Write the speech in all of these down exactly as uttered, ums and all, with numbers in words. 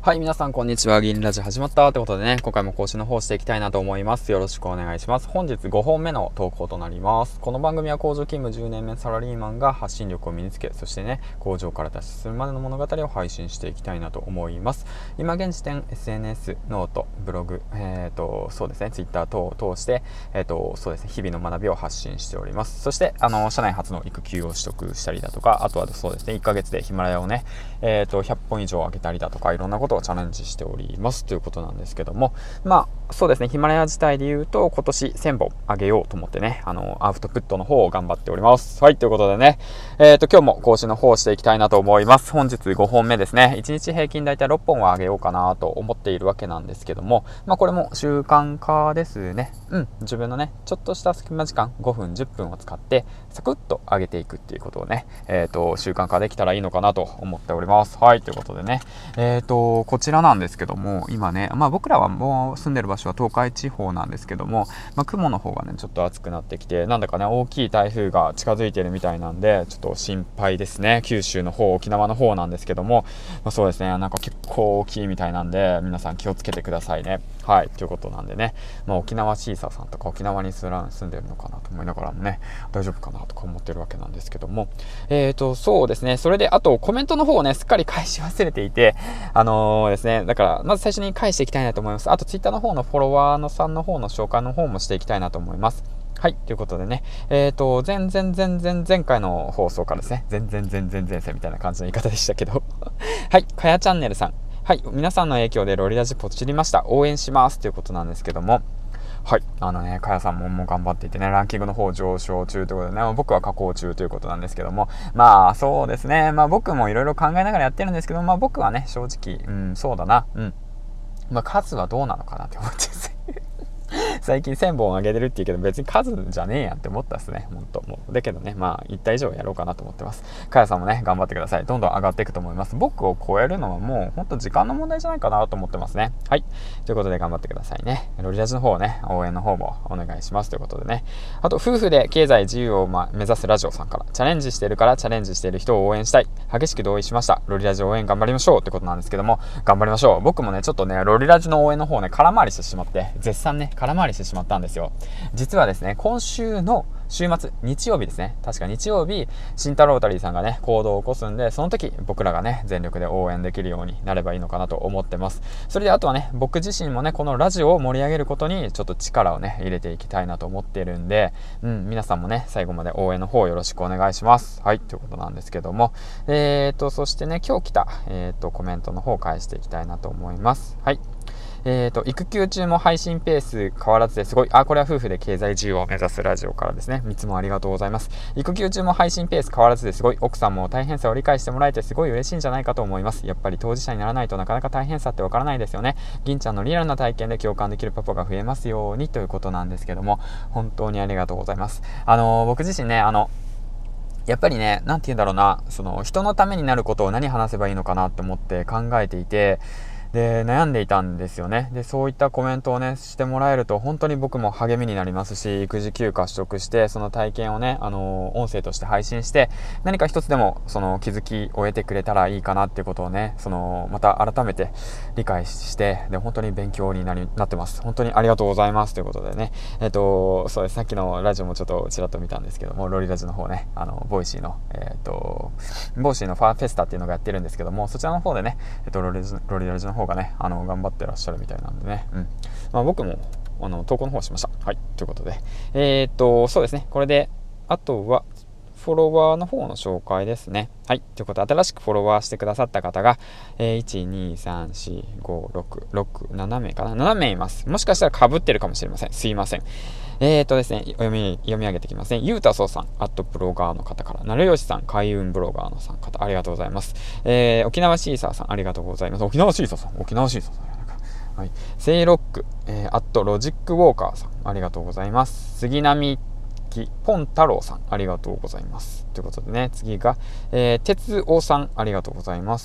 はい、皆さんこんにちは。銀ラジ始まったということでね、今回も更新の方していきたいなと思います。よろしくお願いします。本日ごほんめの投稿となります。この番組は工場勤務じゅうねんめサラリーマンが発信力を身につけ、そしてね、工場から脱出するまでの物語を配信していきたいなと思います。今現時点 エスエヌエス、ノート、ブログ、えーと、そうですね、ツイッター等を通して、えーと、そうですね、日々の学びを発信しております。そして、あの、社内初の育休を取得したりだとか、あとはそうですね、いっかげつでヒマラヤをね、えーと、ひゃっぽん以上上げたりだとか、いろんなことをチャレンジしておりますということなんですけども、まあそうですね、ヒマラヤ自体で言うと今年せんぼん上げようと思ってね、あのアウトプットの方を頑張っております。はい、ということでね、えーと今日も更新の方をしていきたいなと思います。本日ごほんめですね。いちにち平均だいたいろっぽんは上げようかなと思っているわけなんですけども、まあこれも習慣化ですね。うん自分のねちょっとした隙間時間ごふんじゅっぷんを使ってサクッと上げていくっていうことをね、えーと習慣化できたらいいのかなと思っております。はい、ということでね、えーとこちらなんですけども、今ね、まあ僕らはもう住んでる場所は東海地方なんですけども、まあ、雲の方がねちょっと暑くなってきて、なんだかね大きい台風が近づいているみたいなんで、ちょっと心配ですね。九州の方、沖縄の方なんですけども、まあ、そうですね、なんか結構大きいみたいなんで、皆さん気をつけてくださいね。はい、ということなんでね、まあ、沖縄シーサーさんとか沖縄に住んでるのかなと思いながらもね、大丈夫かなとか思ってるわけなんですけども、えーとそうですね、それであとコメントの方をねすっかり返し忘れていて、あのー、ですね、だからまず最初に返していきたいなと思います。あとツイッターの方のフォロワーのさんの方の紹介の方もしていきたいなと思います。はい、ということでね、えーと、前前前前前回の放送からですね、前前前前前世みたいな感じの言い方でしたけど、はい、かやチャンネルさん、はい、皆さんの影響でロリラジポチりました。応援しますということなんですけども、はい、あのね、かやさんももう頑張っていてね、ランキングの方上昇中ということでね、僕は下降中ということなんですけども、まあそうですね、まあ僕もいろいろ考えながらやってるんですけど、まあ僕はね、正直、うん、そうだな、うん、まあ数はどうなのかなって思ってですね。最近せんぼん上げてるって言うけど別に数じゃねえやんって思ったっすね。ほんともうだけどね、まあいった以上やろうかなと思ってます。かやさんもね頑張ってください。どんどん上がっていくと思います。僕を超えるのはもうほんと時間の問題じゃないかなと思ってますね。はい、ということで頑張ってくださいね。ロリラジの方ね、応援の方もお願いしますということでね。あと夫婦で経済自由を、ま、目指すラジオさんから、チャレンジしてるからチャレンジしている人を応援したい、激しく同意しました。ロリラジ応援頑張りましょうってことなんですけども、頑張りましょう。僕もねちょっとねロリラジの応援の方ね空回りしてしまって、絶賛ね空回りしてしまったんですよ。実はですね、今週の週末、日曜日ですね、確か日曜日、新太郎タリーさんがね行動を起こすんで、その時僕らがね全力で応援できるようになればいいのかなと思ってます。それであとはね、僕自身もねこのラジオを盛り上げることにちょっと力をね入れていきたいなと思っているんで、うん、皆さんもね最後まで応援の方よろしくお願いします。はい、ということなんですけども、えーとそしてね今日来た、えーとコメントの方を返していきたいなと思います。はい、えーと、育休中も配信ペース変わらずですごい。あ、これは夫婦で経済自由を目指すラジオからですね。みっつもありがとうございます。育休中も配信ペース変わらずですごい。奥さんも大変さを理解してもらえてすごい嬉しいんじゃないかと思います。やっぱり当事者にならないとなかなか大変さってわからないですよね。銀ちゃんのリアルな体験で共感できるパパが増えますようにということなんですけども、本当にありがとうございます。あのー、僕自身ね、あの、やっぱりね、なんて言うんだろうな、その人のためになることを何話せばいいのかなって思って考えていて、で悩んでいたんですよね。でそういったコメントをねしてもらえると本当に僕も励みになりますし、育児休暇取得してその体験をね、あのー、音声として配信して何か一つでもその気づきを得てくれたらいいかなっていうことをね、そのまた改めて理解して、で本当に勉強になりなってます。本当にありがとうございますということでね、えっとそうです、さっきのラジオもちょっとちらっと見たんですけども、ロリラジの方ね、あのボイシーのえっとボイシーのファーフェスタっていうのがやってるんですけども、そちらの方でね、えっとロリロリラジの方がねあの頑張ってらっしゃるみたいなんでね、うんまあ、僕もあの投稿の方しました。はい、ということでえー、っとそうですね、これであとはフォロワーの方の紹介ですね。はい、ということで新しくフォロワーしてくださった方が、えー、いち、に、さん、し、ご、ろく、ろく、ななめいかな、ななめいいます。もしかしたら被ってるかもしれません。すいません。えーとですね、読み、読み上げてきますね。ゆうたそうさん、アットブロガーの方から、なるよしさん、開運ブロガーのさん方、ありがとうございます。えー、沖縄シーサーさん、ありがとうございます。沖縄シーサーさん、沖縄シーサーさん。はい、セイロック、えー、アットロジックウォーカーさん、ありがとうございます。杉並木ポン太郎さん、ありがとうございます。ということでね、次が、えー、鉄尾さん、ありがとうございます。はい。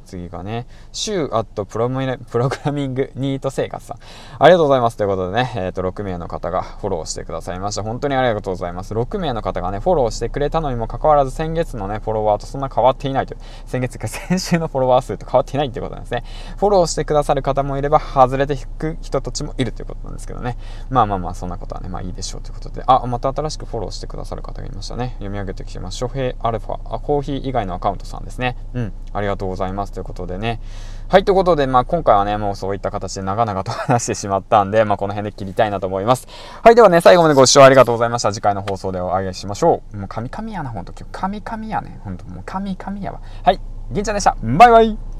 次がね、シューアットプロミプログラミングニート生活さん。ありがとうございます。ということでね、えっと、ろくめいの方がフォローしてくださいました。本当にありがとうございます。ろくめいの方がね、フォローしてくれたのにもかかわらず、先月のね、フォロワーとそんな変わっていないという、先月か先週のフォロワー数と変わっていないということなんですね。フォローしてくださる方もいれば、外れて引く人たちもいるということなんですけどね。まあまあまあ、そんなことはね、まあいいでしょうということで、あ、また新しくフォローしてくださる方がいましたね。読み上げてきてます。ショヘイアルファ、あ、コーヒー以外のアカウントさんですね。うん、ありがとうございます。ということでね。はい、ということで、まあ今回はね、もうそういった形で長々と話してしまったんで、まあこの辺で切りたいなと思います。はい、ではね、最後までご視聴ありがとうございました。次回の放送でお会いしましょう。もう神々やな、ほんと。今日神々やね。ほんと、もう神々やわ。はい、銀ちゃんでした。バイバイ。